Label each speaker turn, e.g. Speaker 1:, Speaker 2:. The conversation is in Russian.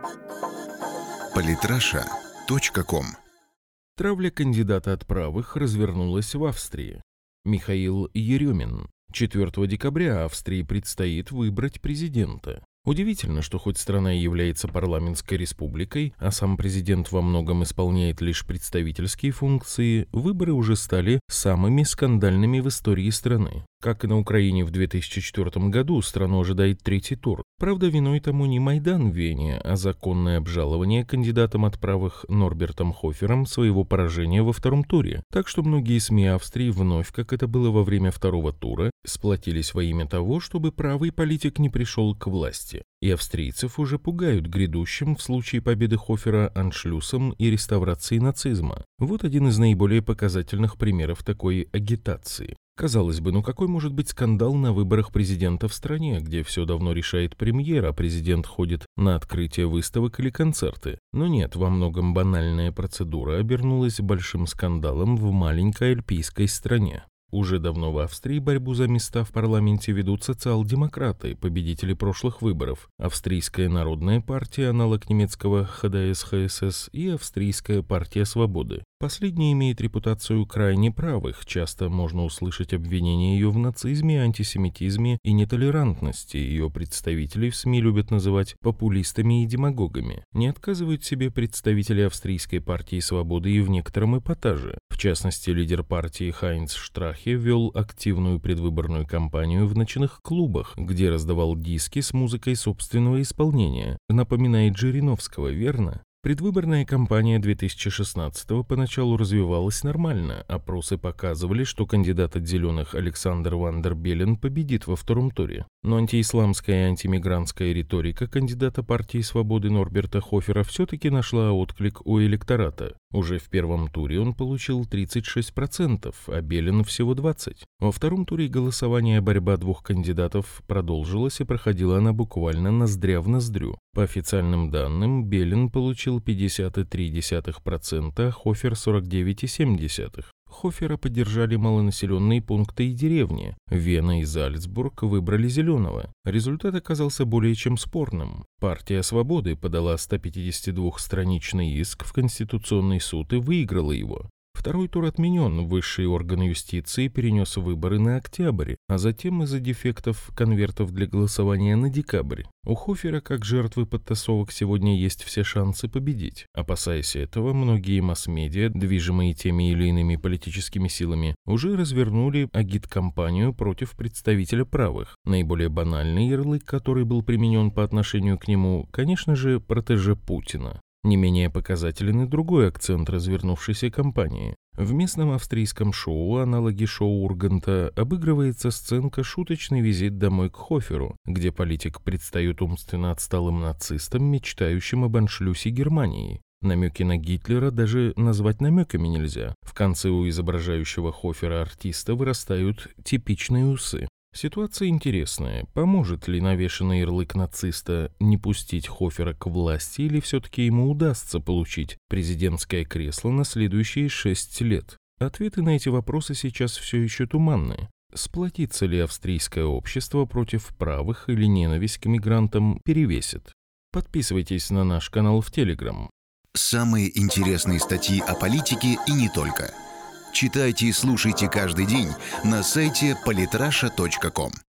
Speaker 1: Политраша.ком.
Speaker 2: Травля кандидата от правых развернулась в Австрии. Михаил Еремин. 4 декабря Австрии предстоит выбрать президента. Удивительно, что хоть страна и является парламентской республикой, а сам президент во многом исполняет лишь представительские функции, выборы уже стали самыми скандальными в истории страны. Как и на Украине в 2004 году, страну ожидает третий тур. Правда, виной тому не Майдан в Вене, а законное обжалование кандидатом от правых Норбертом Хофером своего поражения во втором туре. Так что многие СМИ Австрии вновь, как это было во время второго тура, сплотились во имя того, чтобы правый политик не пришел к власти. И австрийцев уже пугают грядущим в случае победы Хофера аншлюсом и реставрацией нацизма. Вот один из наиболее показательных примеров такой агитации. Казалось бы, какой может быть скандал на выборах президента в стране, где все давно решает премьер, а президент ходит на открытие выставок или концерты? Но нет, во многом банальная процедура обернулась большим скандалом в маленькой альпийской стране. Уже давно в Австрии борьбу за места в парламенте ведут социал-демократы, победители прошлых выборов, Австрийская народная партия, аналог немецкого ХДС-ХСС, и Австрийская партия свободы. Последняя имеет репутацию крайне правых, часто можно услышать обвинения ее в нацизме, антисемитизме и нетолерантности. Ее представителей в СМИ любят называть популистами и демагогами. Не отказывают себе представители Австрийской партии свободы и в некотором эпатаже. В частности, лидер партии Хайнц Штрахе вел активную предвыборную кампанию в ночных клубах, где раздавал диски с музыкой собственного исполнения. Напоминает Жириновского, верно? Предвыборная кампания 2016-го поначалу развивалась нормально. Опросы показывали, что кандидат от «Зеленых» Александр Ван дер Беллен победит во втором туре. Но антиисламская и антимигрантская риторика кандидата партии свободы Норберта Хофера все-таки нашла отклик у электората. Уже в первом туре он получил 36%, а Беллен всего 20%. Во втором туре голосования борьба двух кандидатов продолжилась, и проходила она буквально ноздря в ноздрю. По официальным данным, Беллен получил 50,3%, а Хофер 49,7%. Хофера поддержали малонаселенные пункты и деревни. Вена и Зальцбург выбрали «Зеленого». Результат оказался более чем спорным. Партия свободы подала 152-страничный иск в Конституционный суд и выиграла его. Второй тур отменен, высший орган юстиции перенес выборы на октябрь, а затем из-за дефектов конвертов для голосования на декабрь. У Хофера, как жертвы подтасовок, сегодня есть все шансы победить. Опасаясь этого, многие масс-медиа, движимые теми или иными политическими силами, уже развернули агит-кампанию против представителя правых. Наиболее банальный ярлык, который был применен по отношению к нему, конечно же, протеже Путина. Не менее показателен и другой акцент развернувшейся кампании. В местном австрийском шоу, аналоге шоу Урганта, обыгрывается сценка «Шуточный визит домой к Хоферу», где политик предстает умственно отсталым нацистом, мечтающим об аншлюсе Германии. Намеки на Гитлера даже назвать намеками нельзя. В конце у изображающего Хофера артиста вырастают типичные усы. Ситуация интересная. Поможет ли навешанный ярлык нациста не пустить Хофера к власти, или все-таки ему удастся получить президентское кресло на следующие 6 лет? Ответы на эти вопросы сейчас все еще туманны. Сплотится ли австрийское общество против правых, или ненависть к мигрантам перевесит? Подписывайтесь на наш канал в Telegram.
Speaker 1: Самые интересные статьи о политике и не только. Читайте и слушайте каждый день на сайте politrasha.com.